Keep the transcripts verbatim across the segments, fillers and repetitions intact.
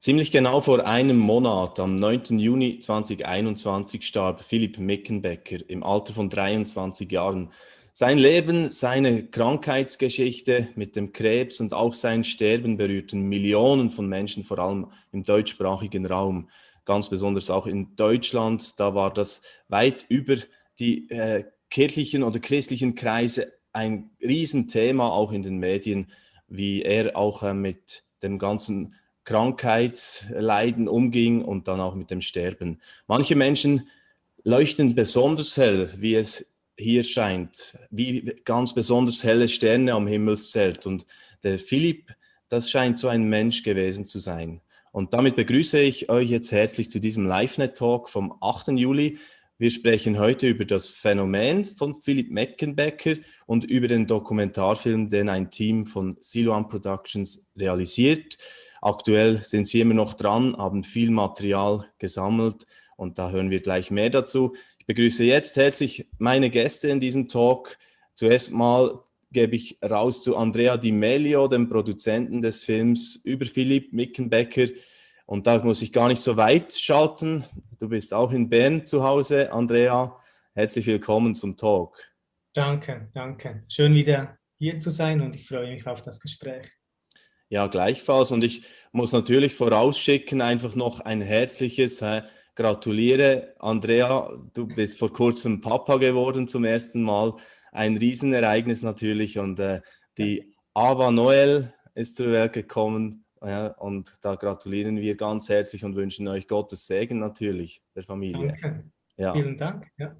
Ziemlich genau vor einem Monat, am neunten Juni zweitausendeinundzwanzig, starb Philipp Mickenbecker im Alter von dreiundzwanzig Jahren. Sein Leben, seine Krankheitsgeschichte mit dem Krebs und auch sein Sterben berührten Millionen von Menschen, vor allem im deutschsprachigen Raum, ganz besonders auch in Deutschland. Da war das weit über die äh, kirchlichen oder christlichen Kreise ein Riesenthema, auch in den Medien, wie er auch äh, mit dem ganzen Krankheitsleiden umging und dann auch mit dem Sterben. Manche Menschen leuchten besonders hell, wie es hier scheint, wie ganz besonders helle Sterne am Himmelszelt. Und der Philipp, das scheint so ein Mensch gewesen zu sein. Und damit begrüße ich euch jetzt herzlich zu diesem LiveNet-Talk vom achten Juli. Wir sprechen heute über das Phänomen von Philipp Meckenbecker und über den Dokumentarfilm, den ein Team von Siloam Productions realisiert. Aktuell sind sie immer noch dran, haben viel Material gesammelt und da hören wir gleich mehr dazu. Ich begrüße jetzt herzlich meine Gäste in diesem Talk. Zuerst mal gebe ich raus zu Andrea Di Melio, dem Produzenten des Films über Philipp Mickenbecker. Und da muss ich gar nicht so weit schalten. Du bist auch in Bern zu Hause. Andrea, herzlich willkommen zum Talk. Danke, danke. Schön wieder hier zu sein und ich freue mich auf das Gespräch. Ja, gleichfalls. Und ich muss natürlich vorausschicken, einfach noch ein herzliches äh, Gratuliere. Andrea, du bist vor kurzem Papa geworden zum ersten Mal. Ein Riesenereignis natürlich. Und äh, die Ava Noel ist zur Welt gekommen. Ja, und da gratulieren wir ganz herzlich und wünschen euch Gottes Segen natürlich, der Familie. Danke, Ja. vielen Dank. Ja.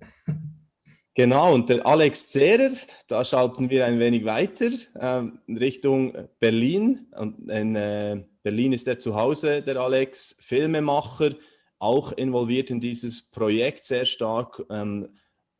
Genau, und der Alex Zehrer, da schalten wir ein wenig weiter ähm, Richtung Berlin. Und in äh, Berlin ist er zu Hause, der Alex, Filmemacher, auch involviert in dieses Projekt sehr stark. Ähm,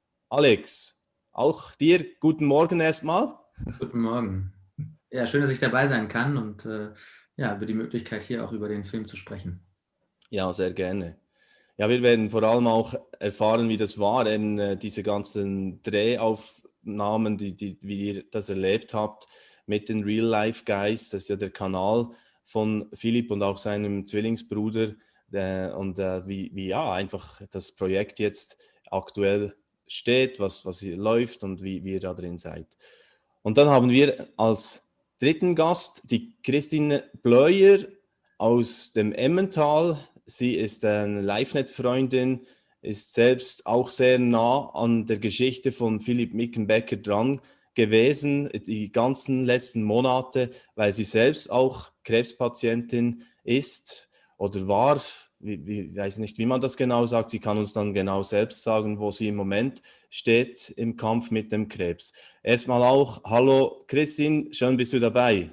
Alex, auch dir guten Morgen erstmal. Guten Morgen. Ja, schön, dass ich dabei sein kann und äh, ja, über die Möglichkeit hier auch über den Film zu sprechen. Ja, sehr gerne. Ja, wir werden vor allem auch erfahren, wie das war, eben äh, diese ganzen Drehaufnahmen, die, die, wie ihr das erlebt habt mit den Real Life Guys. Das ist ja der Kanal von Philipp und auch seinem Zwillingsbruder. Äh, und äh, wie, wie ja einfach das Projekt jetzt aktuell steht, was, was hier läuft und wie, wie ihr da drin seid. Und dann haben wir als dritten Gast die Christine Bleuer aus dem Emmental. Sie ist eine LiveNet-Freundin, ist selbst auch sehr nah an der Geschichte von Philipp Mickenbecker dran gewesen, die ganzen letzten Monate, weil sie selbst auch Krebspatientin ist oder war. Ich weiß nicht, wie man das genau sagt. Sie kann uns dann genau selbst sagen, wo sie im Moment steht im Kampf mit dem Krebs. Erstmal auch, hallo Christine, schön bist du dabei.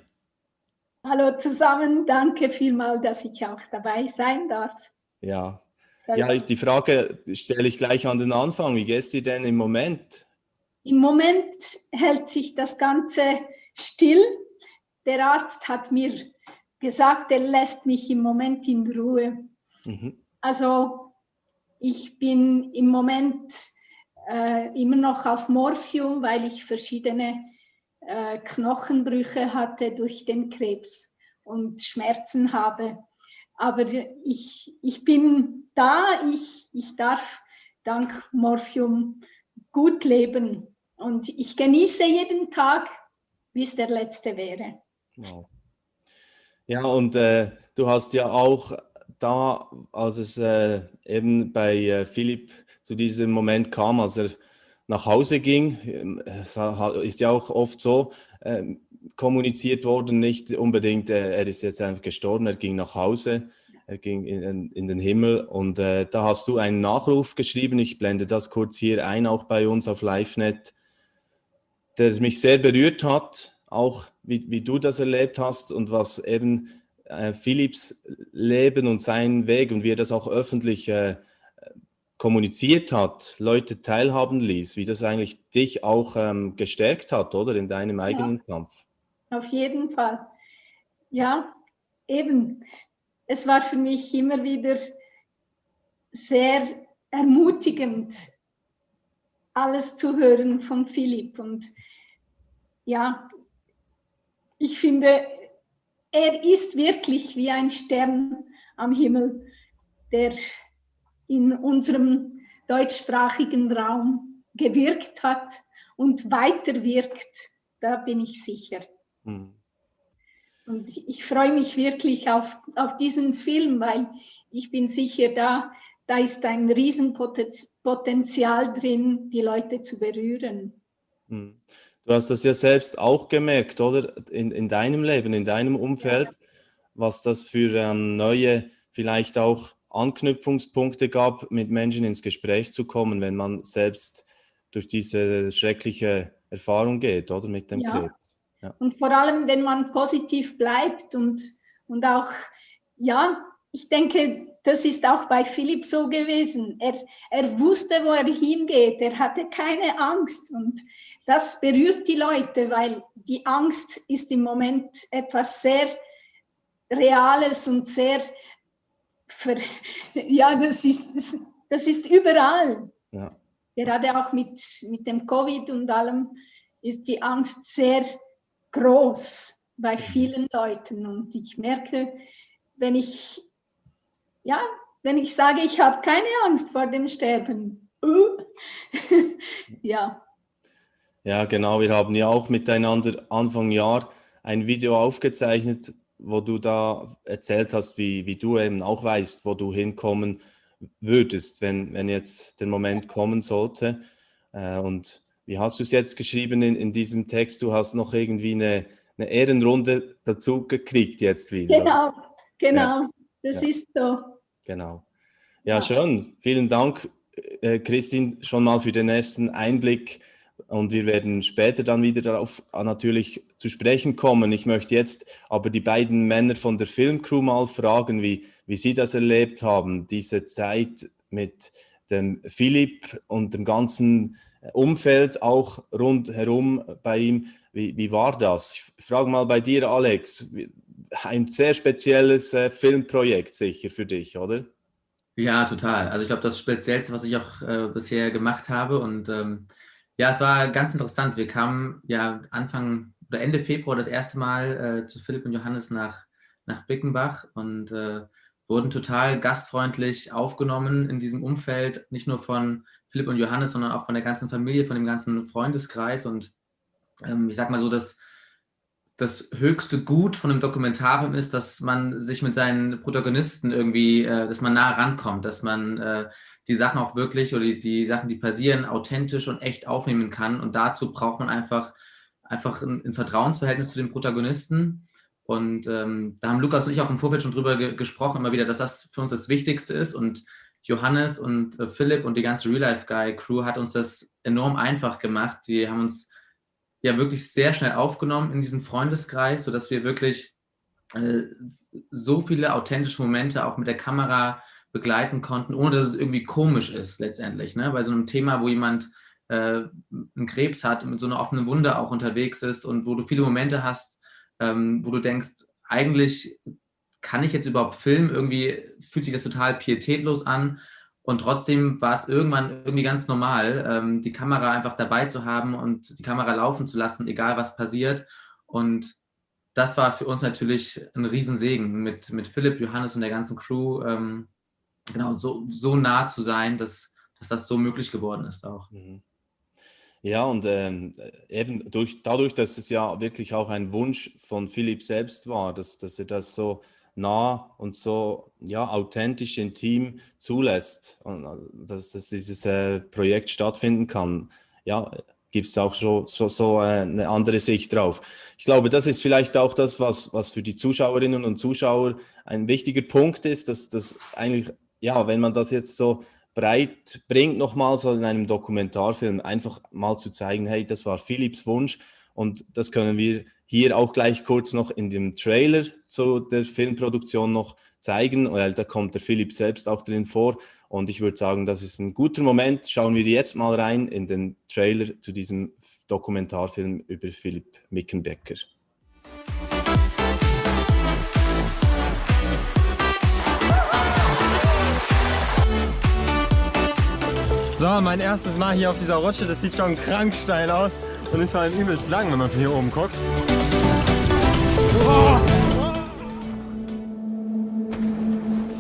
Hallo zusammen, danke vielmals, dass ich auch dabei sein darf. Ja, ja, die Frage stelle ich gleich an den Anfang. Wie geht es dir denn im Moment? Im Moment hält sich das Ganze still. Der Arzt hat mir gesagt, er lässt mich im Moment in Ruhe. Mhm. Also ich bin im Moment äh, immer noch auf Morphium, weil ich verschiedene äh, Knochenbrüche hatte durch den Krebs und Schmerzen habe. Aber ich, ich bin da, ich, ich darf dank Morphium gut leben. Und ich genieße jeden Tag, wie es der letzte wäre. Wow. Ja, und äh, du hast ja auch da, als es äh, eben bei äh, Philipp zu diesem Moment kam, als er nach Hause ging, es ist ja auch oft so äh, kommuniziert worden, nicht unbedingt, äh, er ist jetzt einfach gestorben, er ging nach Hause, er ging in, in den Himmel und äh, da hast du einen Nachruf geschrieben, ich blende das kurz hier ein, auch bei uns auf LiveNet, der mich sehr berührt hat, auch wie, wie du das erlebt hast und was eben äh, Philipps Leben und seinen Weg und wie er das auch öffentlich äh, kommuniziert hat, Leute teilhaben ließ, wie das eigentlich dich auch ähm, gestärkt hat, oder, in deinem eigenen ja, Kampf. Auf jeden Fall. Ja, eben. Es war für mich immer wieder sehr ermutigend, alles zu hören von Philipp. Und ja, ich finde, er ist wirklich wie ein Stern am Himmel, der in unserem deutschsprachigen Raum gewirkt hat und weiterwirkt, da bin ich sicher. Mhm. Und ich freue mich wirklich auf, auf diesen Film, weil ich bin sicher, da, da ist ein Riesenpotenzial drin, die Leute zu berühren. Mhm. Du hast das ja selbst auch gemerkt, oder? In, in deinem Leben, in deinem Umfeld, ja, was das für ähm, neue, vielleicht auch Anknüpfungspunkte gab, mit Menschen ins Gespräch zu kommen, wenn man selbst durch diese schreckliche Erfahrung geht, oder? Mit dem ja. Krebs. Ja. Und vor allem, wenn man positiv bleibt und, und auch, ja, ich denke, das ist auch bei Philipp so gewesen. Er, er wusste, wo er hingeht. Er hatte keine Angst. Und das berührt die Leute, weil die Angst ist im Moment etwas sehr Reales und sehr, ver, ja, das ist, das ist überall. Ja. Gerade auch mit, mit dem Covid und allem ist die Angst sehr groß bei vielen Leuten. Und ich merke, wenn ich, ja, wenn ich sage, ich habe keine Angst vor dem Sterben. Uh. ja. Ja, genau. Wir haben ja auch miteinander Anfang Jahr ein Video aufgezeichnet, wo du da erzählt hast, wie, wie du eben auch weißt, wo du hinkommen würdest, wenn, wenn jetzt der Moment kommen sollte. Äh, und wie hast du es jetzt geschrieben in, in diesem Text? Du hast noch irgendwie eine, eine Ehrenrunde dazu gekriegt jetzt wieder. Genau, genau. Ja. Das ja. ist so. Genau. Ja, ja, schön. Vielen Dank, äh, Christine, schon mal für den ersten Einblick. Und wir werden später dann wieder darauf natürlich zu sprechen kommen. Ich möchte jetzt aber die beiden Männer von der Filmcrew mal fragen, wie, wie sie das erlebt haben, diese Zeit mit dem Philipp und dem ganzen Umfeld auch rundherum bei ihm. Wie, wie war das? Ich frage mal bei dir, Alex. Ein sehr spezielles äh, Filmprojekt sicher für dich, oder? Ja, total. Also ich glaube, das Speziellste, was ich auch äh, bisher gemacht habe. Und ähm, ja, es war ganz interessant. Wir kamen ja Anfang oder Ende Februar das erste Mal äh, zu Philipp und Johannes nach, nach Bickenbach und äh, wurden total gastfreundlich aufgenommen in diesem Umfeld, nicht nur von Philipp und Johannes, sondern auch von der ganzen Familie, von dem ganzen Freundeskreis. Und ähm, ich sag mal so, dass das höchste Gut von einem Dokumentarfilm ist, dass man sich mit seinen Protagonisten irgendwie, äh, dass man nah rankommt, dass man äh, die Sachen auch wirklich oder die, die Sachen, die passieren, authentisch und echt aufnehmen kann. Und dazu braucht man einfach, einfach ein, ein Vertrauensverhältnis zu den Protagonisten. Und ähm, da haben Lukas und ich auch im Vorfeld schon drüber ge- gesprochen, immer wieder, dass das für uns das Wichtigste ist. Und Johannes und äh, Philipp und die ganze Real-Life-Guy-Crew hat uns das enorm einfach gemacht. Die haben uns ja wirklich sehr schnell aufgenommen in diesen Freundeskreis, sodass wir wirklich äh, so viele authentische Momente auch mit der Kamera begleiten konnten, ohne dass es irgendwie komisch ist letztendlich. Ne? Bei so einem Thema, wo jemand äh, einen Krebs hat und mit so einer offenen Wunde auch unterwegs ist und wo du viele Momente hast, ähm, wo du denkst, eigentlich kann ich jetzt überhaupt filmen? Irgendwie fühlt sich das total pietätlos an. Und trotzdem war es irgendwann irgendwie ganz normal, ähm, die Kamera einfach dabei zu haben und die Kamera laufen zu lassen, egal was passiert. Und das war für uns natürlich ein Riesensegen, mit, mit Philipp, Johannes und der ganzen Crew ähm, genau so, so nah zu sein, dass, dass das so möglich geworden ist auch. Ja, und ähm, eben durch, dadurch, dass es ja wirklich auch ein Wunsch von Philipp selbst war, dass, dass er das so nah und so ja, authentisch, intim zulässt und dass, dass dieses äh, Projekt stattfinden kann, ja, gibt es auch so, so, so äh, eine andere Sicht drauf. Ich glaube, das ist vielleicht auch das, was, was für die Zuschauerinnen und Zuschauer ein wichtiger Punkt ist, dass das eigentlich, ja, wenn man das jetzt so breit bringt, nochmal so in einem Dokumentarfilm, einfach mal zu zeigen, hey, das war Philipps Wunsch und das können wir hier auch gleich kurz noch in dem Trailer zu der Filmproduktion noch zeigen, weil da kommt der Philipp selbst auch drin vor und ich würde sagen, das ist ein guter Moment. Schauen wir jetzt mal rein in den Trailer zu diesem Dokumentarfilm über Philipp Mickenbecker. So, mein erstes Mal hier auf dieser Rutsche, das sieht schon krank steil aus und ist vor allem übelst lang, wenn man von hier oben guckt. Oh!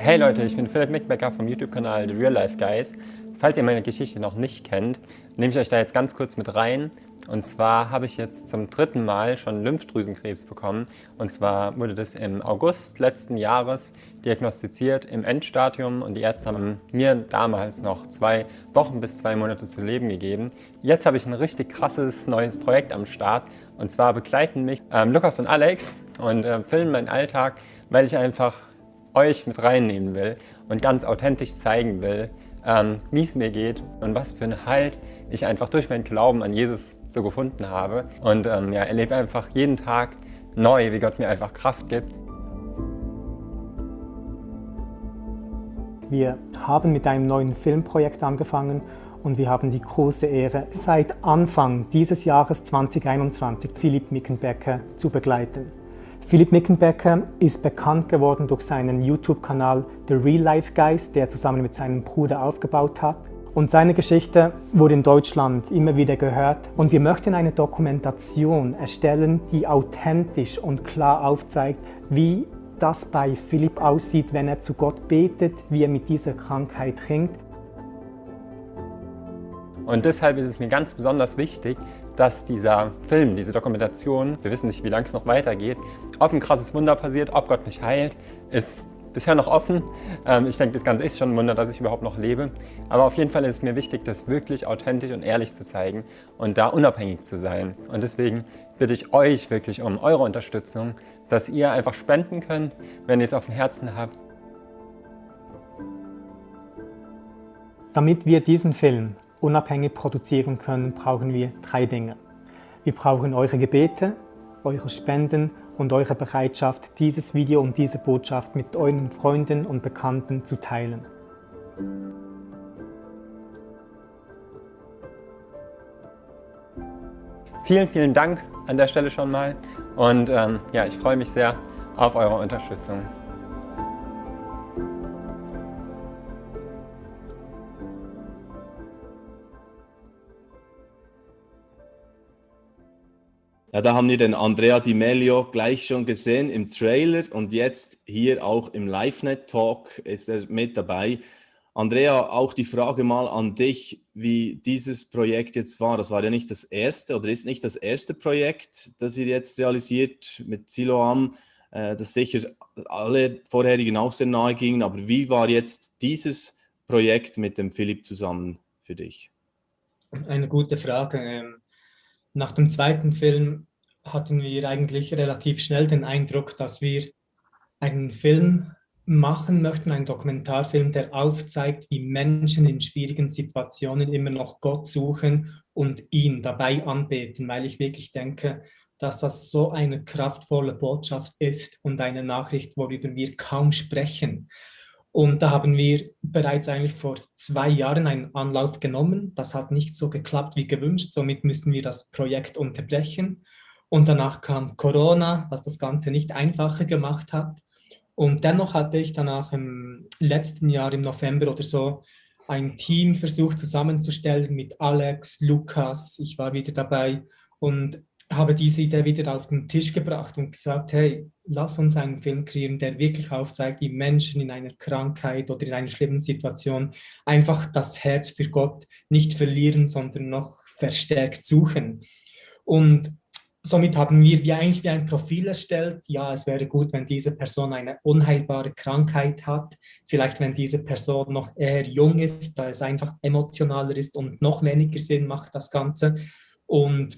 Hey Leute, ich bin Philipp Mickenbecker vom YouTube-Kanal The Real Life Guys. Falls ihr meine Geschichte noch nicht kennt, nehme ich euch da jetzt ganz kurz mit rein. Und zwar habe ich jetzt zum dritten Mal schon Lymphdrüsenkrebs bekommen. Und zwar wurde das im August letzten Jahres diagnostiziert im Endstadium. Und die Ärzte haben mir damals noch zwei Wochen bis zwei Monate zu leben gegeben. Jetzt habe ich ein richtig krasses neues Projekt am Start. Und zwar begleiten mich ähm, Lukas und Alex und äh, filmen meinen Alltag, weil ich einfach euch mit reinnehmen will und ganz authentisch zeigen will, ähm, wie es mir geht und was für einen Halt ich einfach durch meinen Glauben an Jesus so gefunden habe. Und ähm, ja, erlebe einfach jeden Tag neu, wie Gott mir einfach Kraft gibt. Wir haben mit einem neuen Filmprojekt angefangen und wir haben die große Ehre, seit Anfang dieses Jahres zwanzig einundzwanzig Philipp Mickenbecker zu begleiten. Philipp Mickenbecker ist bekannt geworden durch seinen YouTube-Kanal The Real Life Guys, der er zusammen mit seinem Bruder aufgebaut hat. Und seine Geschichte wurde in Deutschland immer wieder gehört. Und wir möchten eine Dokumentation erstellen, die authentisch und klar aufzeigt, wie das bei Philipp aussieht, wenn er zu Gott betet, wie er mit dieser Krankheit ringt. Und deshalb ist es mir ganz besonders wichtig, dass dieser Film, diese Dokumentation, wir wissen nicht, wie lange es noch weitergeht, ob ein krasses Wunder passiert, ob Gott mich heilt, ist bisher noch offen. Ich denke, das Ganze ist schon ein Wunder, dass ich überhaupt noch lebe. Aber auf jeden Fall ist es mir wichtig, das wirklich authentisch und ehrlich zu zeigen und da unabhängig zu sein. Und deswegen bitte ich euch wirklich um eure Unterstützung, dass ihr einfach spenden könnt, wenn ihr es auf dem Herzen habt. Damit wir diesen Film unabhängig produzieren können, brauchen wir drei Dinge. Wir brauchen eure Gebete, eure Spenden und eure Bereitschaft, dieses Video und diese Botschaft mit euren Freunden und Bekannten zu teilen. Vielen, vielen Dank an der Stelle schon mal und ähm, ja, ich freue mich sehr auf eure Unterstützung. Ja, da haben wir den Andrea Di Melio gleich schon gesehen im Trailer und jetzt hier auch im LiveNet-Talk ist er mit dabei. Andrea, auch die Frage mal an dich, wie dieses Projekt jetzt war. Das war ja nicht das erste oder ist nicht das erste Projekt, das ihr jetzt realisiert mit Siloam, äh, das sicher alle vorherigen auch sehr nahe gingen. Aber wie war jetzt dieses Projekt mit dem Philipp zusammen für dich? Eine gute Frage. Nach dem zweiten Film hatten wir eigentlich relativ schnell den Eindruck, dass wir einen Film machen möchten, einen Dokumentarfilm, der aufzeigt, wie Menschen in schwierigen Situationen immer noch Gott suchen und ihn dabei anbeten, weil ich wirklich denke, dass das so eine kraftvolle Botschaft ist und eine Nachricht, worüber wir kaum sprechen. Und da haben wir bereits eigentlich vor zwei Jahren einen Anlauf genommen. Das hat nicht so geklappt wie gewünscht, somit müssten wir das Projekt unterbrechen. Und danach kam Corona, was das Ganze nicht einfacher gemacht hat. Und dennoch hatte ich danach im letzten Jahr, im November oder so, ein Team versucht zusammenzustellen mit Alex, Lukas, ich war wieder dabei und habe diese Idee wieder auf den Tisch gebracht und gesagt, hey, lass uns einen Film kreieren, der wirklich aufzeigt, wie Menschen in einer Krankheit oder in einer schlimmen Situation einfach das Herz für Gott nicht verlieren, sondern noch verstärkt suchen. Und somit haben wir wie eigentlich wie ein Profil erstellt. Ja, es wäre gut, wenn diese Person eine unheilbare Krankheit hat. Vielleicht, wenn diese Person noch eher jung ist, da es einfach emotionaler ist und noch weniger Sinn macht, das Ganze. Und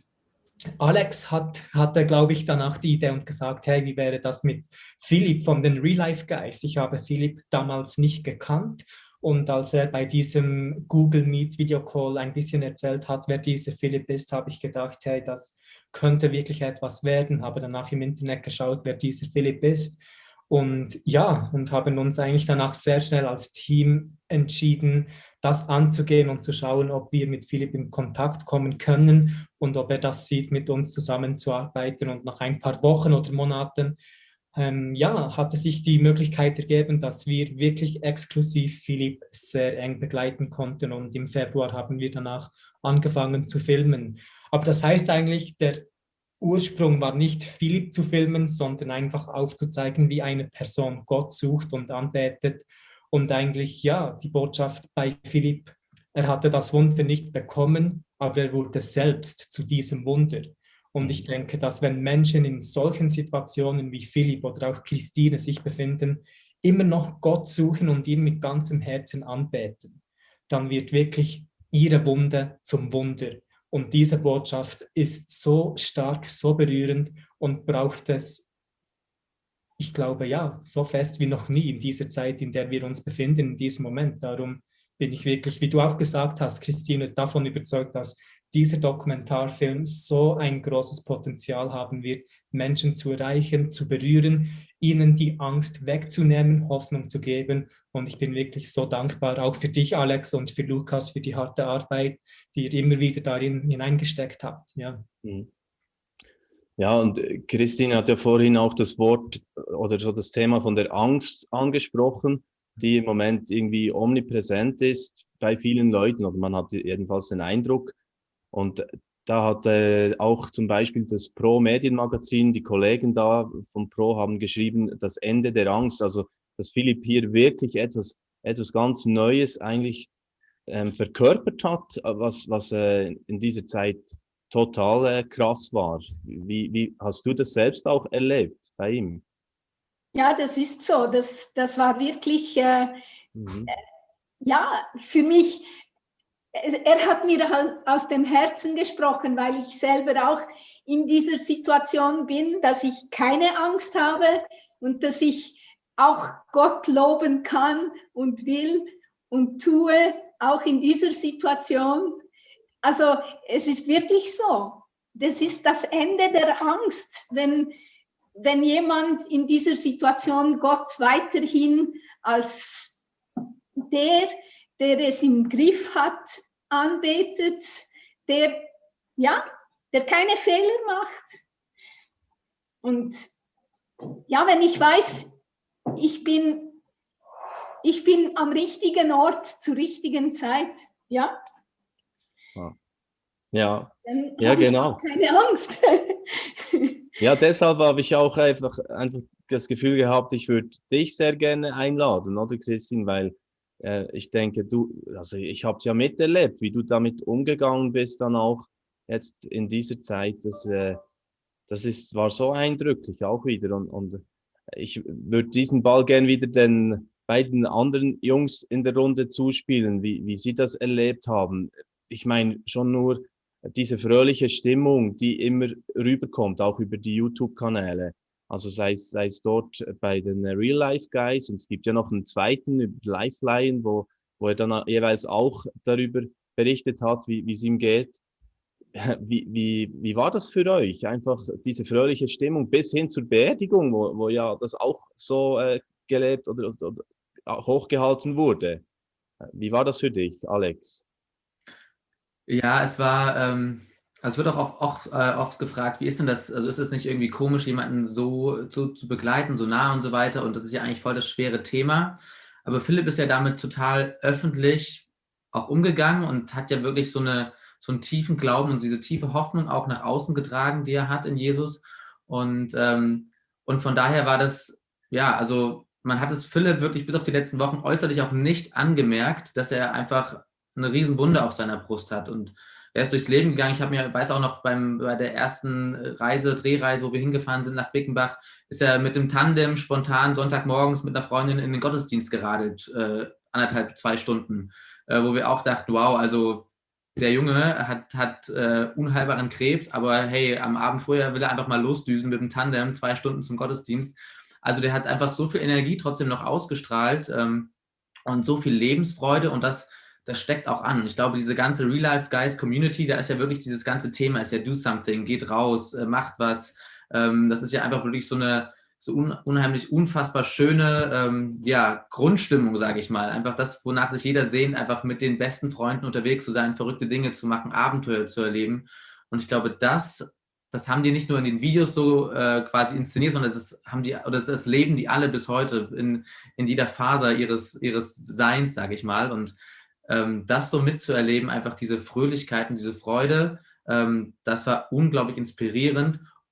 Alex hat, hatte, glaube ich, danach die Idee und gesagt, hey, wie wäre das mit Philipp von den Real Life Guys? Ich habe Philipp damals nicht gekannt und als er bei diesem Google Meet Video Call ein bisschen erzählt hat, wer dieser Philipp ist, habe ich gedacht, hey, das könnte wirklich etwas werden. Habe danach im Internet geschaut, wer dieser Philipp ist und ja, und haben uns eigentlich danach sehr schnell als Team entschieden, das anzugehen und zu schauen, ob wir mit Philipp in Kontakt kommen können und ob er das sieht, mit uns zusammenzuarbeiten. Und nach ein paar Wochen oder Monaten ähm, ja, hatte sich die Möglichkeit ergeben, dass wir wirklich exklusiv Philipp sehr eng begleiten konnten. Und im Februar haben wir danach angefangen zu filmen. Aber das heißt eigentlich, der Ursprung war nicht Philipp zu filmen, sondern einfach aufzuzeigen, wie eine Person Gott sucht und anbetet. Und eigentlich, ja, die Botschaft bei Philipp, er hatte das Wunder nicht bekommen, aber er wurde selbst zu diesem Wunder. Und ich denke, dass wenn Menschen in solchen Situationen wie Philipp oder auch Christine sich befinden, immer noch Gott suchen und ihn mit ganzem Herzen anbeten, dann wird wirklich ihre Wunde zum Wunder. Und diese Botschaft ist so stark, so berührend und braucht es, ich glaube, ja, so fest wie noch nie in dieser Zeit, in der wir uns befinden, in diesem Moment. Darum bin ich wirklich, wie du auch gesagt hast, Christine, davon überzeugt, dass dieser Dokumentarfilm so ein großes Potenzial haben wird, Menschen zu erreichen, zu berühren, ihnen die Angst wegzunehmen, Hoffnung zu geben. Und ich bin wirklich so dankbar, auch für dich, Alex, und für Lukas, für die harte Arbeit, die ihr immer wieder darin hineingesteckt habt. Ja. Ja, und Christine hat ja vorhin auch das Wort oder so das Thema von der Angst angesprochen, die im Moment irgendwie omnipräsent ist bei vielen Leuten, oder man hat jedenfalls den Eindruck. Und da hat äh, auch zum Beispiel das Pro-Medienmagazin, die Kollegen da von Pro haben geschrieben, das Ende der Angst, also dass Philipp hier wirklich etwas, etwas ganz Neues eigentlich ähm, verkörpert hat, was, was äh, in dieser Zeit total äh, krass war. Wie, wie hast du das selbst auch erlebt bei ihm? Ja, das ist so. Das, das war wirklich, äh, mhm. äh, ja, für mich, er hat mir aus dem Herzen gesprochen, weil ich selber auch in dieser Situation bin, dass ich keine Angst habe und dass ich auch Gott loben kann und will und tue, auch in dieser Situation. Also es ist wirklich so. Das ist das Ende der Angst, wenn, wenn jemand in dieser Situation Gott weiterhin als der, der es im Griff hat, anbetet, der, ja, der keine Fehler macht. Und ja, wenn ich weiß, ich bin, ich bin am richtigen Ort zur richtigen Zeit, ja, ja, dann ja, habe genau. Ich auch keine Angst. Ja, deshalb habe ich auch einfach, einfach das Gefühl gehabt, ich würde dich sehr gerne einladen, oder Christine, weil äh, ich denke, du, also ich habe es ja miterlebt, wie du damit umgegangen bist dann auch jetzt in dieser Zeit, das, äh, das ist, war so eindrücklich auch wieder und, und ich würde diesen Ball gern wieder den beiden anderen Jungs in der Runde zuspielen, wie, wie sie das erlebt haben. Ich meine, schon nur diese fröhliche Stimmung, die immer rüberkommt, auch über die YouTube-Kanäle. Also sei es, sei es dort bei den Real Life Guys und es gibt ja noch einen zweiten über Lifeline, wo, wo er dann jeweils auch darüber berichtet hat, wie, wie es ihm geht. Wie, wie, wie war das für euch? Einfach diese fröhliche Stimmung bis hin zur Beerdigung, wo, wo ja das auch so äh, gelebt oder, oder, oder hochgehalten wurde. Wie war das für dich, Alex? Ja, es war, ähm, also es wird auch oft, oft, äh, oft gefragt, wie ist denn das, also ist es nicht irgendwie komisch, jemanden so zu, zu begleiten, so nah und so weiter, und das ist ja eigentlich voll das schwere Thema, aber Philipp ist ja damit total öffentlich auch umgegangen und hat ja wirklich so, eine, so einen tiefen Glauben und diese tiefe Hoffnung auch nach außen getragen, die er hat in Jesus, und, ähm, und von daher war das, ja, also man hat es Philipp wirklich bis auf die letzten Wochen äußerlich auch nicht angemerkt, dass er einfach eine riesen Wunde auf seiner Brust hat, und er ist durchs Leben gegangen. Ich habe mir, weiß auch noch, beim, bei der ersten Reise, Drehreise, wo wir hingefahren sind nach Bickenbach, ist er mit dem Tandem spontan Sonntagmorgens mit einer Freundin in den Gottesdienst geradelt, äh, anderthalb, zwei Stunden, äh, wo wir auch dachten, wow, also der Junge hat, hat äh, unheilbaren Krebs, aber hey, am Abend vorher will er einfach mal losdüsen mit dem Tandem, zwei Stunden zum Gottesdienst. Also der hat einfach so viel Energie trotzdem noch ausgestrahlt ähm, und so viel Lebensfreude, und das Das steckt auch an. Ich glaube, diese ganze Real-Life-Guys-Community, da ist ja wirklich dieses ganze Thema, ist ja do something, geht raus, äh, macht was. Ähm, das ist ja einfach wirklich so eine so un, unheimlich unfassbar schöne ähm, ja, Grundstimmung, sage ich mal. Einfach das, wonach sich jeder sehnt, einfach mit den besten Freunden unterwegs zu sein, verrückte Dinge zu machen, Abenteuer zu erleben. Und ich glaube, das, das haben die nicht nur in den Videos so äh, quasi inszeniert, sondern das, haben die, oder das, das leben die alle bis heute in, in jeder Faser ihres, ihres Seins, sage ich mal. Und Ähm, das so mitzuerleben, einfach diese Fröhlichkeit und diese Freude, ähm, das war unglaublich inspirierend,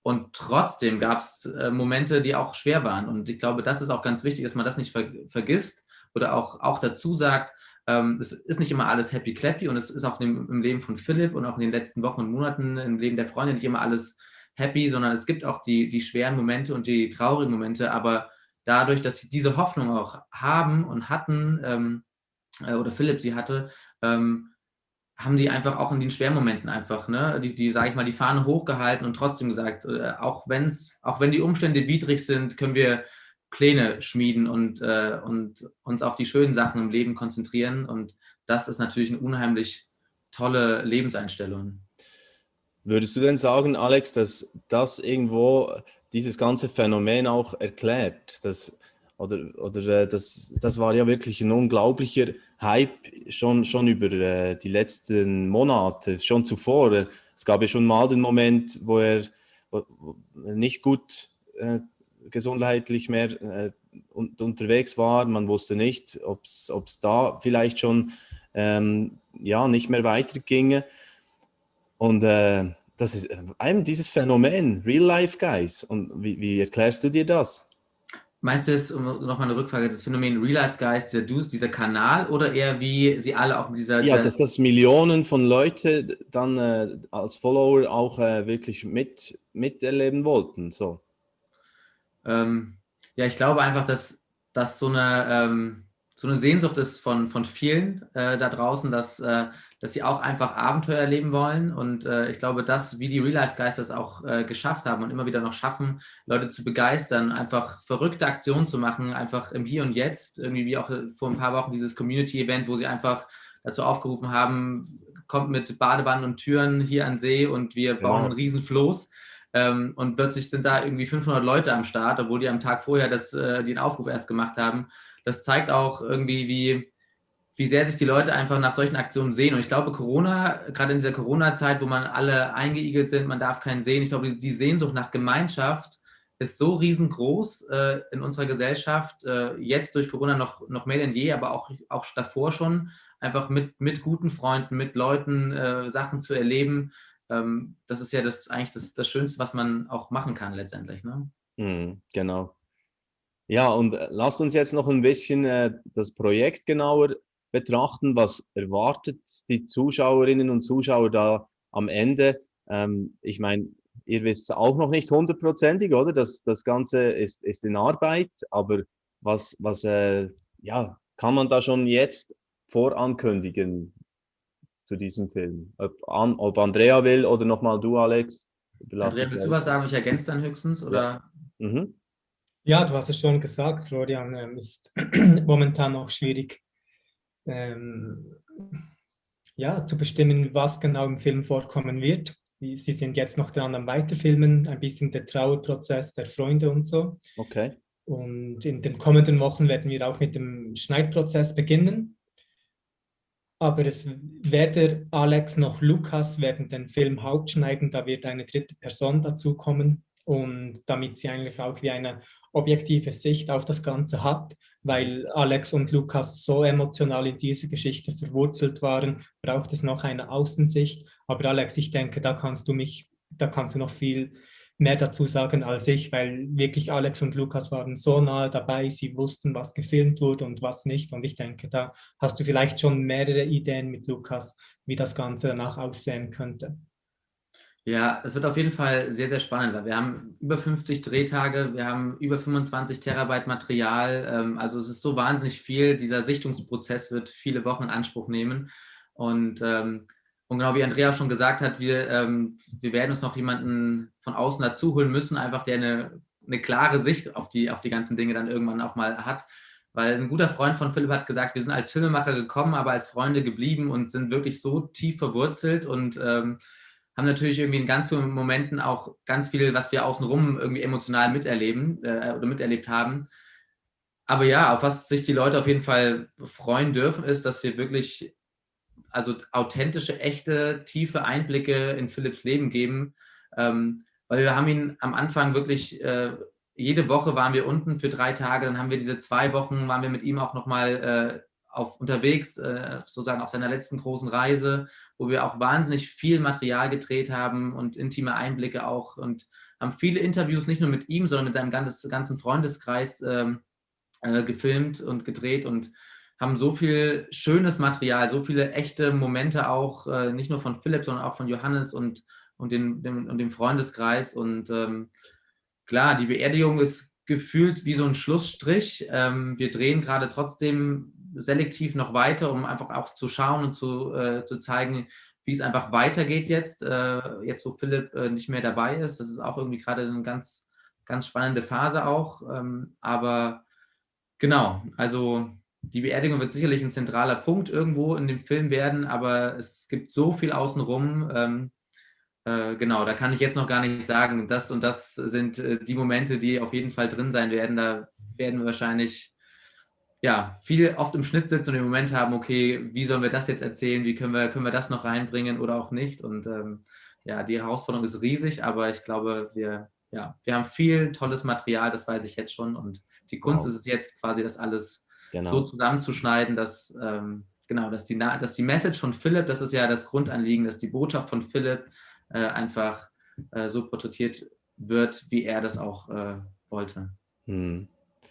Und trotzdem gab es äh, Momente, die auch schwer waren. Und ich glaube, das ist auch ganz wichtig, dass man das nicht ver vergisst oder auch, auch dazu sagt, ähm, es ist nicht immer alles happy clappy und es ist auch im, im Leben von Philipp und auch in den letzten Wochen und Monaten im Leben der Freundin nicht immer alles happy, sondern es gibt auch die, die schweren Momente und die traurigen Momente. Aber dadurch, dass sie diese Hoffnung auch haben und hatten, ähm, äh, oder Philipp sie hatte, ähm, haben die einfach auch in den Schwermomenten einfach, ne, die, die sage ich mal, die Fahne hochgehalten und trotzdem gesagt, äh, auch wenn's, auch wenn die Umstände widrig sind, können wir Pläne schmieden und, äh, und uns auf die schönen Sachen im Leben konzentrieren. Und das ist natürlich eine unheimlich tolle Lebenseinstellung. Würdest du denn sagen, Alex, dass das irgendwo dieses ganze Phänomen auch erklärt? Dass, oder oder das, das war ja wirklich ein unglaublicher Hype schon, schon über äh, die letzten Monate, schon zuvor. Es gab ja schon mal den Moment, wo er, wo, wo er nicht gut äh, gesundheitlich mehr äh, un unterwegs war. Man wusste nicht, ob es da vielleicht schon ähm, ja, nicht mehr weiterginge. Und äh, das ist einem dieses Phänomen, Real-Life-Guys. Und wie, wie erklärst du dir das? Meinst du es, um nochmal eine Rückfrage, das Phänomen Real-Life-Guys, dieser, dieser Kanal oder eher wie sie alle auch mit dieser... Ja, dieser dass das Millionen von Leuten dann äh, als Follower auch äh, wirklich mit, miterleben wollten. So. Ähm, ja, ich glaube einfach, dass das so eine, ähm, so eine Sehnsucht ist von, von vielen äh, da draußen, dass, äh, dass sie auch einfach Abenteuer erleben wollen. Und äh, ich glaube, dass, wie die Real-Life-Guys das auch äh, geschafft haben und immer wieder noch schaffen, Leute zu begeistern, einfach verrückte Aktionen zu machen, einfach im Hier und Jetzt, irgendwie wie auch vor ein paar Wochen dieses Community-Event, wo sie einfach dazu aufgerufen haben, kommt mit Badewannen und Türen hier an See und wir bauen Genau. einen riesen Floß. Ähm, und plötzlich sind da irgendwie fünfhundert Leute am Start, obwohl die am Tag vorher das, äh, den Aufruf erst gemacht haben. Das zeigt auch irgendwie, wie, wie sehr sich die Leute einfach nach solchen Aktionen sehen. Und ich glaube, Corona, gerade in dieser Corona-Zeit, wo man alle eingeigelt sind, man darf keinen sehen, ich glaube, die, die Sehnsucht nach Gemeinschaft ist so riesengroß äh, in unserer Gesellschaft, äh, jetzt durch Corona noch, noch mehr denn je, aber auch, auch davor schon, einfach mit, mit guten Freunden, mit Leuten äh, Sachen zu erleben. Ähm, das ist ja das, eigentlich das, das Schönste, was man auch machen kann letztendlich. Ne? Mhm, genau. Ja, und äh, lasst uns jetzt noch ein bisschen äh, das Projekt genauer betrachten. Was erwartet die Zuschauerinnen und Zuschauer da am Ende? Ähm, ich meine, ihr wisst es auch noch nicht hundertprozentig, oder? Das, das Ganze ist, ist in Arbeit, aber was, was äh, ja, kann man da schon jetzt vorankündigen zu diesem Film? Ob, an, ob Andrea will oder nochmal du, Alex? Andrea, willst du was sagen? Ich ergänze dann höchstens? Oder? Ja. Mhm. Ja, du hast es schon gesagt, Florian, ähm, ist momentan auch schwierig, ähm, ja, zu bestimmen, was genau im Film vorkommen wird. Sie sind jetzt noch dran am Weiterfilmen, ein bisschen der Trauerprozess der Freunde und so. Okay. Und in den kommenden Wochen werden wir auch mit dem Schneidprozess beginnen. Aber es weder Alex noch Lukas werden den Film hauptschneiden, da wird eine dritte Person dazukommen. Und damit sie eigentlich auch wie eine objektive Sicht auf das Ganze hat, weil Alex und Lukas so emotional in diese Geschichte verwurzelt waren, braucht es noch eine Außensicht. Aber Alex, ich denke, da kannst du mich, da kannst du noch viel mehr dazu sagen als ich, weil wirklich Alex und Lukas waren so nahe dabei, sie wussten, was gefilmt wurde und was nicht. Und ich denke, da hast du vielleicht schon mehrere Ideen mit Lukas, wie das Ganze danach aussehen könnte. Ja, es wird auf jeden Fall sehr, sehr spannend, weil wir haben über fünfzig Drehtage, wir haben über fünfundzwanzig Terabyte Material, also es ist so wahnsinnig viel, dieser Sichtungsprozess wird viele Wochen in Anspruch nehmen und, und genau wie Andrea schon gesagt hat, wir, wir werden uns noch jemanden von außen dazu holen müssen, einfach der eine, eine klare Sicht auf die, auf die ganzen Dinge dann irgendwann auch mal hat, weil ein guter Freund von Philipp hat gesagt, wir sind als Filmemacher gekommen, aber als Freunde geblieben und sind wirklich so tief verwurzelt und haben natürlich irgendwie in ganz vielen Momenten auch ganz viel, was wir außenrum irgendwie emotional miterleben äh, oder miterlebt haben. Aber ja, auf was sich die Leute auf jeden Fall freuen dürfen, ist, dass wir wirklich also authentische, echte, tiefe Einblicke in Philipps Leben geben. Ähm, weil wir haben ihn am Anfang wirklich, äh, jede Woche waren wir unten für drei Tage, dann haben wir diese zwei Wochen, waren wir mit ihm auch nochmal äh, auf unterwegs, äh, sozusagen auf seiner letzten großen Reise, wo wir auch wahnsinnig viel Material gedreht haben und intime Einblicke auch und haben viele Interviews nicht nur mit ihm, sondern mit seinem ganzen, ganzen Freundeskreis ähm, äh, gefilmt und gedreht und haben so viel schönes Material, so viele echte Momente auch, äh, nicht nur von Philipp, sondern auch von Johannes und, und, den, dem, und dem Freundeskreis. Und ähm, klar, die Beerdigung ist gefühlt wie so ein Schlussstrich. Ähm, wir drehen gerade trotzdem selektiv noch weiter, um einfach auch zu schauen und zu, äh, zu zeigen, wie es einfach weitergeht jetzt, äh, jetzt wo Philipp äh, nicht mehr dabei ist. Das ist auch irgendwie gerade eine ganz, ganz spannende Phase auch. Ähm, aber genau, also die Beerdigung wird sicherlich ein zentraler Punkt irgendwo in dem Film werden, aber es gibt so viel außenrum. Ähm, äh, genau, da kann ich jetzt noch gar nicht sagen, das und das sind äh, die Momente, die auf jeden Fall drin sein werden. Da werden wir wahrscheinlich ja, viel oft im Schnitt sitzen und im Moment haben, okay, wie sollen wir das jetzt erzählen, wie können wir, können wir das noch reinbringen oder auch nicht. Und ähm, ja, die Herausforderung ist riesig, aber ich glaube, wir, ja, wir haben viel tolles Material, das weiß ich jetzt schon. Und die Kunst wow. ist es jetzt quasi, das alles genau. so zusammenzuschneiden, dass, ähm, genau, dass die, dass die Message von Philipp, das ist ja das Grundanliegen, dass die Botschaft von Philipp äh, einfach äh, so porträtiert wird, wie er das auch äh, wollte. Hm.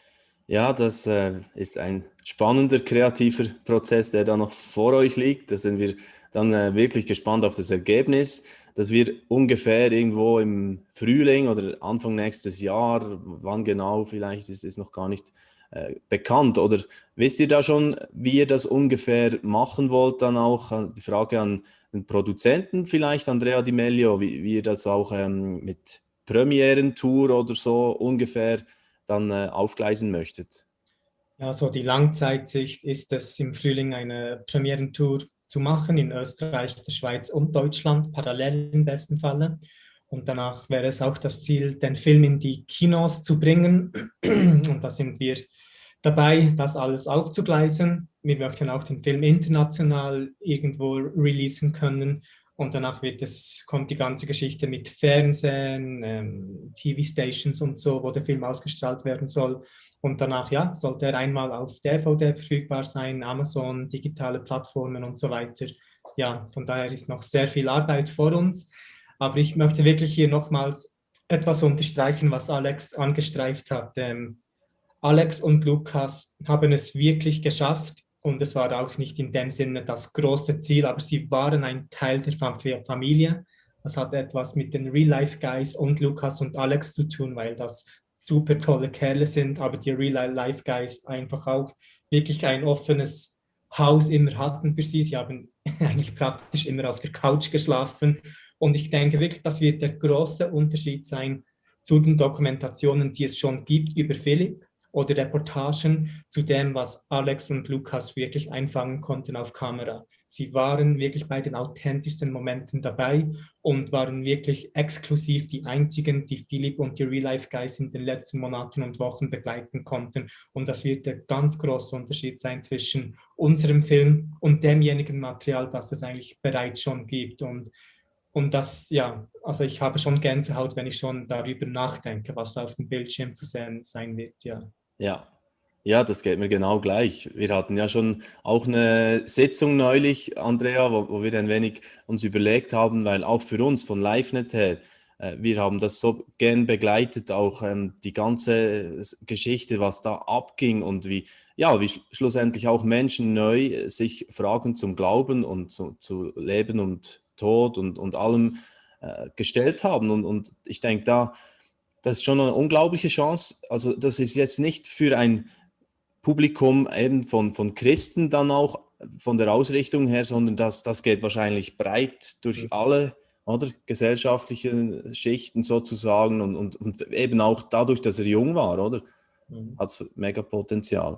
Ja, das äh, ist ein spannender, kreativer Prozess, der da noch vor euch liegt. Da sind wir dann äh, wirklich gespannt auf das Ergebnis, dass wir ungefähr irgendwo im Frühling oder Anfang nächstes Jahr, wann genau vielleicht, ist es noch gar nicht äh, bekannt. Oder wisst ihr da schon, wie ihr das ungefähr machen wollt? Dann auch die Frage an den Produzenten vielleicht, Andrea Di Meglio, wie, wie ihr das auch ähm, mit Premierentour oder so ungefähr dann äh, aufgleisen möchtet? Ja, so die Langzeitsicht ist es, im Frühling eine Premierentour zu machen in Österreich, der Schweiz und Deutschland, parallel im besten Falle. Und danach wäre es auch das Ziel, den Film in die Kinos zu bringen. Und da sind wir dabei, das alles aufzugleisen. Wir möchten auch den Film international irgendwo releasen können. Und danach wird es, kommt die ganze Geschichte mit Fernsehen, ähm, T V-Stations und so, wo der Film ausgestrahlt werden soll. Und danach, ja, sollte er einmal auf D V D verfügbar sein, Amazon, digitale Plattformen und so weiter. Ja, von daher ist noch sehr viel Arbeit vor uns. Aber ich möchte wirklich hier nochmals etwas unterstreichen, was Alex angestreift hat. Ähm, Alex und Lukas haben es wirklich geschafft. Und es war auch nicht in dem Sinne das große Ziel, aber sie waren ein Teil der Familie. Das hat etwas mit den Real-Life-Guys und Lukas und Alex zu tun, weil das super tolle Kerle sind, aber die Real-Life-Guys einfach auch wirklich ein offenes Haus immer hatten für sie. Sie haben eigentlich praktisch immer auf der Couch geschlafen. Und ich denke wirklich, das wird der große Unterschied sein zu den Dokumentationen, die es schon gibt über Philipp, oder Reportagen zu dem, was Alex und Lukas wirklich einfangen konnten auf Kamera. Sie waren wirklich bei den authentischsten Momenten dabei und waren wirklich exklusiv die einzigen, die Philipp und die Real-Life-Guys in den letzten Monaten und Wochen begleiten konnten. Und das wird der ganz große Unterschied sein zwischen unserem Film und demjenigen Material, das es eigentlich bereits schon gibt. Und Und das, ja, also ich habe schon Gänsehaut, wenn ich schon darüber nachdenke, was da auf dem Bildschirm zu sehen sein wird, ja. Ja, ja, das geht mir genau gleich. Wir hatten ja schon auch eine Sitzung neulich, Andrea, wo, wo wir ein wenig uns überlegt haben, weil auch für uns von LiveNet her, äh, wir haben das so gern begleitet, auch ähm, die ganze Geschichte, was da abging und wie, ja, wie sch schlussendlich auch Menschen neu sich Fragen zum Glauben und zu, zu Leben und Tod und, und allem äh, gestellt haben. Und, und ich denke, da, das ist schon eine unglaubliche Chance. Also das ist jetzt nicht für ein Publikum eben von, von Christen dann auch, von der Ausrichtung her, sondern das, das geht wahrscheinlich breit durch alle, oder, gesellschaftliche Schichten sozusagen und, und, und eben auch dadurch, dass er jung war, oder? Mhm. Hat es mega Potenzial.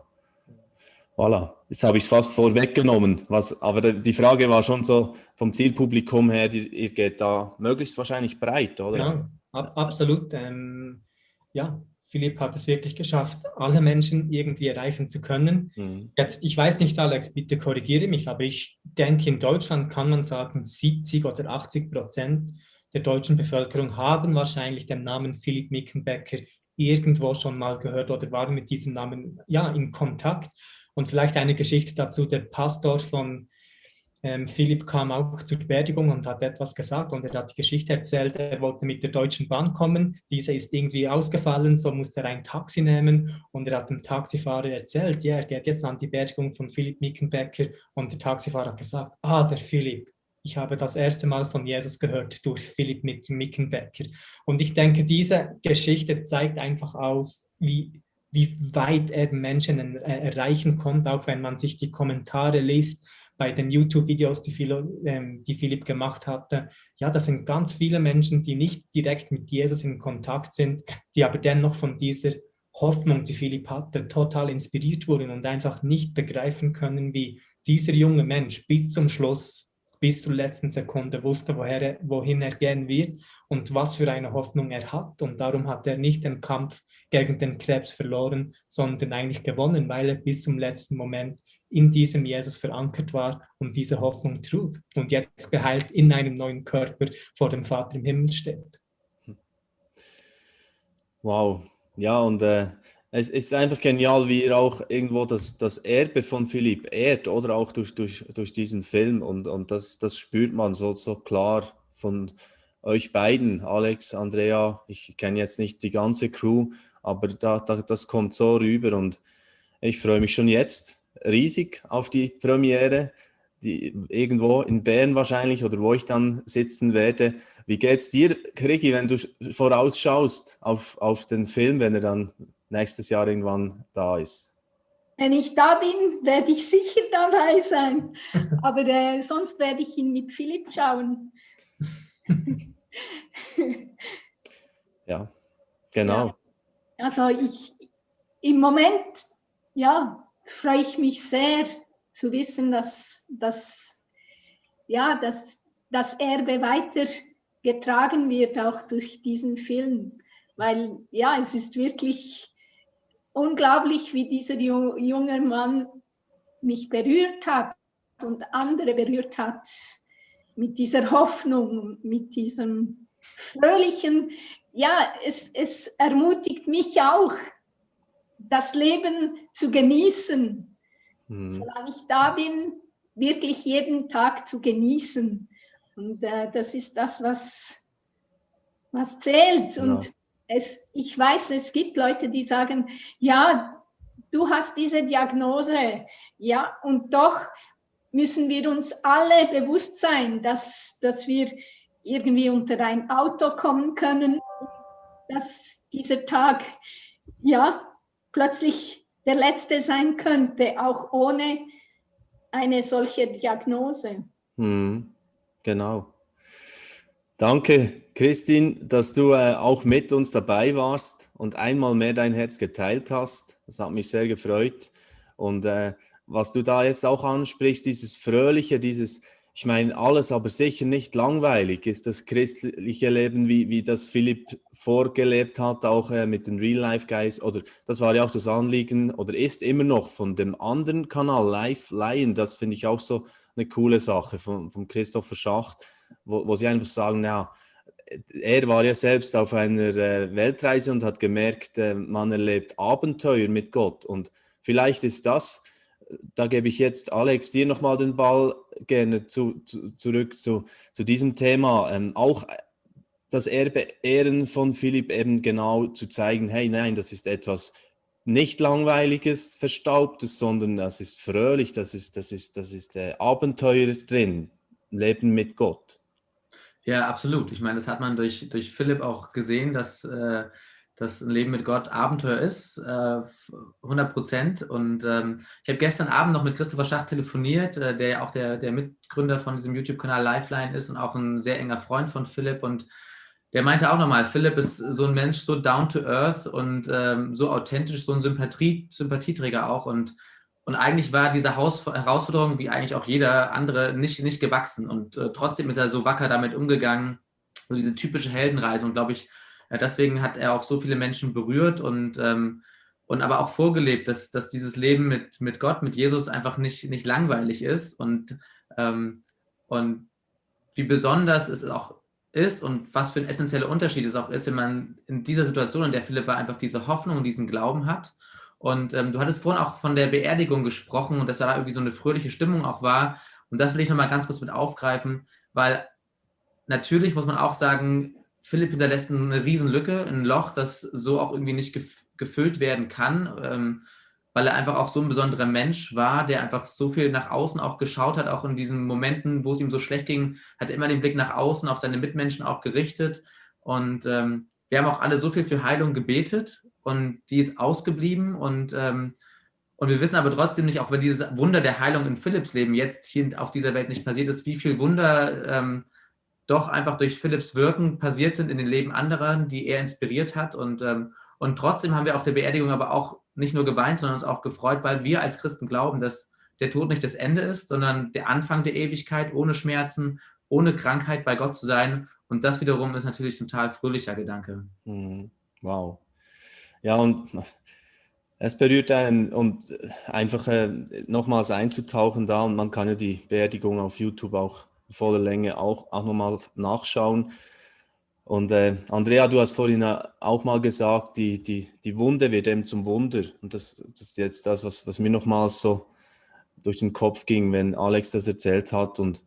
Voilà, jetzt habe ich es fast vorweggenommen, was, aber die Frage war schon so vom Zielpublikum her, ihr geht da möglichst wahrscheinlich breit, oder? Ja, ab, absolut. Ähm, ja, Philipp hat es wirklich geschafft, alle Menschen irgendwie erreichen zu können. Mhm. Jetzt, ich weiß nicht, Alex, bitte korrigiere mich, aber ich denke, in Deutschland kann man sagen, siebzig oder achtzig Prozent der deutschen Bevölkerung haben wahrscheinlich den Namen Philipp Mickenbecker irgendwo schon mal gehört oder waren mit diesem Namen ja in Kontakt. Und vielleicht eine Geschichte dazu, der Pastor von Ähm, Philipp kam auch zur Beerdigung und hat etwas gesagt und er hat die Geschichte erzählt, er wollte mit der Deutschen Bahn kommen, diese ist irgendwie ausgefallen, so musste er ein Taxi nehmen und er hat dem Taxifahrer erzählt, ja, er geht jetzt an die Beerdigung von Philipp Mickenbecker und der Taxifahrer hat gesagt, ah, der Philipp, ich habe das erste Mal von Jesus gehört durch Philipp Mickenbecker. Und ich denke, diese Geschichte zeigt einfach aus, wie, wie weit er Menschen erreichen konnte, auch wenn man sich die Kommentare liest, bei den YouTube-Videos, die, ähm, die Philipp gemacht hatte. Ja, das sind ganz viele Menschen, die nicht direkt mit Jesus in Kontakt sind, die aber dennoch von dieser Hoffnung, die Philipp hatte, total inspiriert wurden und einfach nicht begreifen können, wie dieser junge Mensch bis zum Schluss, bis zur letzten Sekunde wusste, woher er, wohin er gehen wird und was für eine Hoffnung er hat. Und darum hat er nicht den Kampf gegen den Krebs verloren, sondern eigentlich gewonnen, weil er bis zum letzten Moment in diesem Jesus verankert war und diese Hoffnung trug und jetzt geheilt in einem neuen Körper vor dem Vater im Himmel steht. Wow, ja, und äh, es ist einfach genial, wie ihr auch irgendwo das, das Erbe von Philipp ehrt, oder auch durch, durch, durch diesen Film und, und das, das spürt man so, so klar von euch beiden, Alex, Andrea, ich kenne jetzt nicht die ganze Crew, aber da, da, das kommt so rüber und ich freue mich schon jetzt riesig auf die Premiere, die irgendwo in Bern wahrscheinlich oder wo ich dann sitzen werde. Wie geht's dir, Krigi, wenn du vorausschaust auf, auf den Film, wenn er dann nächstes Jahr irgendwann da ist? Wenn ich da bin, werde ich sicher dabei sein. Aber äh, sonst werde ich ihn mit Philipp schauen. Ja, genau. Ja. Also ich im Moment, ja, freue ich mich sehr zu wissen, dass, dass, ja, dass das Erbe weitergetragen wird, auch durch diesen Film. Weil ja, es ist wirklich unglaublich, wie dieser junge Mann mich berührt hat und andere berührt hat mit dieser Hoffnung, mit diesem fröhlichen, ja, es, es ermutigt mich auch, das Leben zu genießen, mhm. solange ich da bin, wirklich jeden Tag zu genießen. Und äh, das ist das, was, was zählt. Ja. Und es, ich weiß, es gibt Leute, die sagen, ja, du hast diese Diagnose, ja, und doch müssen wir uns alle bewusst sein, dass, dass wir irgendwie unter ein Auto kommen können, dass dieser Tag, ja, plötzlich der letzte sein könnte, auch ohne eine solche Diagnose. Hm, genau. Danke, Christine, dass du äh, auch mit uns dabei warst und einmal mehr dein Herz geteilt hast. Das hat mich sehr gefreut. Und äh, was du da jetzt auch ansprichst, dieses Fröhliche, dieses, ich meine, alles aber sicher nicht langweilig ist das christliche Leben, wie, wie das Philipp vorgelebt hat, auch äh, mit den Real Life Guys, oder das war ja auch das Anliegen oder ist immer noch von dem anderen Kanal Live Lion, das finde ich auch so eine coole Sache von, von Christopher Schacht, wo, wo sie einfach sagen, ja, er war ja selbst auf einer äh, Weltreise und hat gemerkt, äh, man erlebt Abenteuer mit Gott und vielleicht ist das, da gebe ich jetzt, Alex, dir nochmal den Ball gerne zu, zu, zurück zu, zu diesem Thema. Ähm, auch das Erbe Ehren von Philipp eben genau zu zeigen, hey, nein, das ist etwas nicht Langweiliges, Verstaubtes, sondern das ist fröhlich, das ist, das ist, das ist äh, Abenteuer drin, Leben mit Gott. Ja, absolut. Ich meine, das hat man durch, durch Philipp auch gesehen, dass äh, dass ein Leben mit Gott Abenteuer ist, äh, hundert Prozent. Und ähm, ich habe gestern Abend noch mit Christopher Schacht telefoniert, äh, der ja auch der, der Mitgründer von diesem YouTube-Kanal Lifeline ist und auch ein sehr enger Freund von Philipp. Und der meinte auch nochmal, Philipp ist so ein Mensch, so down to earth und ähm, so authentisch, so ein Sympathie, Sympathieträger auch. Und, und eigentlich war diese Haus Herausforderung, wie eigentlich auch jeder andere, nicht, nicht gewachsen. Und äh, trotzdem ist er so wacker damit umgegangen, so diese typische Heldenreise. Und glaube ich, ja, deswegen hat er auch so viele Menschen berührt und, ähm, und aber auch vorgelebt, dass, dass dieses Leben mit, mit Gott, mit Jesus einfach nicht, nicht langweilig ist und, ähm, und wie besonders es auch ist und was für ein essentieller Unterschied es auch ist, wenn man in dieser Situation, in der Philipp war, einfach diese Hoffnung und diesen Glauben hat. Und ähm, du hattest vorhin auch von der Beerdigung gesprochen und dass da irgendwie so eine fröhliche Stimmung auch war. Und das will ich nochmal ganz kurz mit aufgreifen, weil natürlich muss man auch sagen, Philipp hinterlässt eine Riesenlücke, ein Loch, das so auch irgendwie nicht gef- gefüllt werden kann, ähm, weil er einfach auch so ein besonderer Mensch war, der einfach so viel nach außen auch geschaut hat, auch in diesen Momenten, wo es ihm so schlecht ging, hat er immer den Blick nach außen auf seine Mitmenschen auch gerichtet. Und ähm, wir haben auch alle so viel für Heilung gebetet und die ist ausgeblieben. Und, ähm, und wir wissen aber trotzdem nicht, auch wenn dieses Wunder der Heilung in Philipps Leben jetzt hier auf dieser Welt nicht passiert ist, wie viel Wunder ähm, doch einfach durch Philipps Wirken passiert sind in den Leben anderer, die er inspiriert hat. Und, ähm, und trotzdem haben wir auf der Beerdigung aber auch nicht nur geweint, sondern uns auch gefreut, weil wir als Christen glauben, dass der Tod nicht das Ende ist, sondern der Anfang der Ewigkeit, ohne Schmerzen, ohne Krankheit bei Gott zu sein. Und das wiederum ist natürlich ein total fröhlicher Gedanke. Wow. Ja, und es berührt einen und einfach äh, nochmals einzutauchen da, und man kann ja die Beerdigung auf YouTube auch voller Länge auch, auch nochmal nachschauen. Und äh, Andrea, du hast vorhin auch mal gesagt, die, die, die Wunde wird eben zum Wunder. Und das, das ist jetzt das, was, was mir nochmals so durch den Kopf ging, wenn Alex das erzählt hat. Und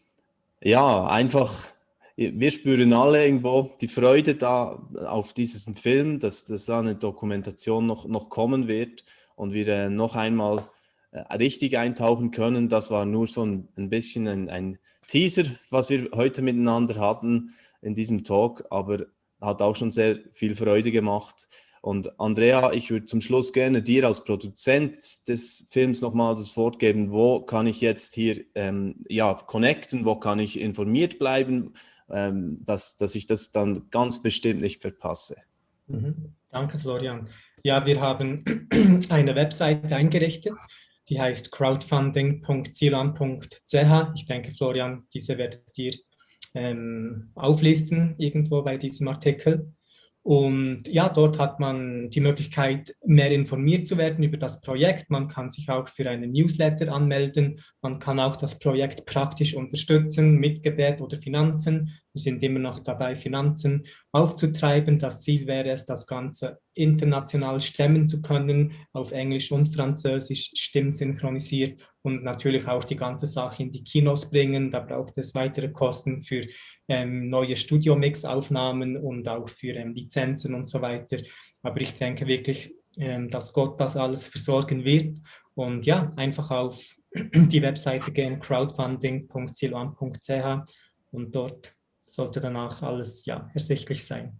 ja, einfach, wir spüren alle irgendwo die Freude da auf diesem Film, dass, dass da eine Dokumentation noch, noch kommen wird und wir äh, noch einmal äh, richtig eintauchen können. Das war nur so ein, ein bisschen ein, ein Teaser, was wir heute miteinander hatten in diesem Talk, aber hat auch schon sehr viel Freude gemacht. Und Andrea, ich würde zum Schluss gerne dir als Produzent des Films nochmal das Wort geben. Wo kann ich jetzt hier ähm, ja, connecten, wo kann ich informiert bleiben, ähm, dass, dass ich das dann ganz bestimmt nicht verpasse? Mhm. Danke, Florian. Ja, wir haben eine Website eingerichtet, die heißt crowdfunding punkt zilan punkt c h. Ich denke, Florian, diese werdet ihr ähm, auflisten irgendwo bei diesem Artikel. Und ja, dort hat man die Möglichkeit, mehr informiert zu werden über das Projekt. Man kann sich auch für einen Newsletter anmelden. Man kann auch das Projekt praktisch unterstützen mit Gebet oder Finanzen. Wir sind immer noch dabei, Finanzen aufzutreiben. Das Ziel wäre es, das Ganze international stemmen zu können, auf Englisch und Französisch stimmsynchronisiert und natürlich auch die ganze Sache in die Kinos bringen. Da braucht es weitere Kosten für ähm, neue Studio-Mix-Aufnahmen und auch für ähm, Lizenzen und so weiter. Aber ich denke wirklich, ähm, dass Gott das alles versorgen wird. Und ja, einfach auf die Webseite gehen, crowdfunding punkt zilan punkt c h, und dort sollte danach alles ja, ersichtlich sein.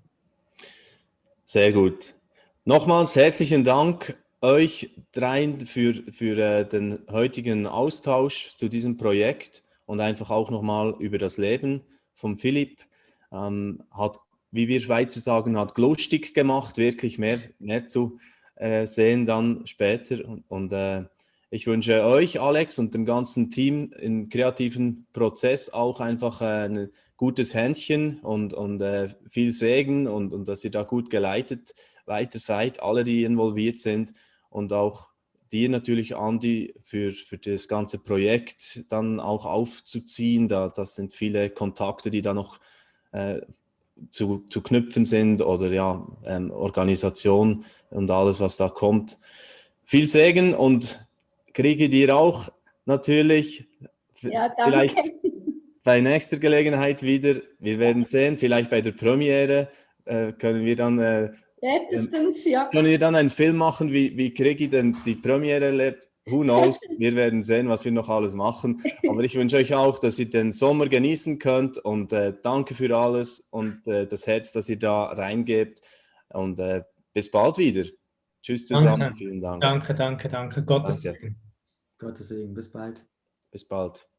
Sehr gut. Nochmals herzlichen Dank euch dreien für, für äh, den heutigen Austausch zu diesem Projekt und einfach auch nochmal über das Leben von Philipp. Ähm, hat, wie wir Schweizer sagen, hat lustig gemacht, wirklich mehr, mehr zu äh, sehen dann später. Und, und äh, ich wünsche euch, Alex, und dem ganzen Team im kreativen Prozess auch einfach äh, ein gutes Händchen und, und äh, viel Segen und, und dass ihr da gut geleitet weiter seid, alle, die involviert sind, und auch dir natürlich, Andi, für, für das ganze Projekt dann auch aufzuziehen. Da, das sind viele Kontakte, die da noch äh, zu, zu knüpfen sind, oder ja, ähm, Organisation und alles, was da kommt. Viel Segen und kriege dir auch natürlich Ja, danke. Vielleicht bei nächster Gelegenheit wieder. Wir werden sehen, vielleicht bei der Premiere äh, können wir dann äh, Spätestens, ja. Können wir dann einen Film machen, wie, wie Krigi denn die Premiere erlebt? Who knows? Wir werden sehen, was wir noch alles machen. Aber ich wünsche euch auch, dass ihr den Sommer genießen könnt, und äh, danke für alles und äh, das Herz, das ihr da reingebt, und äh, bis bald wieder. Tschüss zusammen. Danke. Vielen Dank. Danke, danke, danke. Gottes Danke. Segen. Gottes Segen. Bis bald. Bis bald.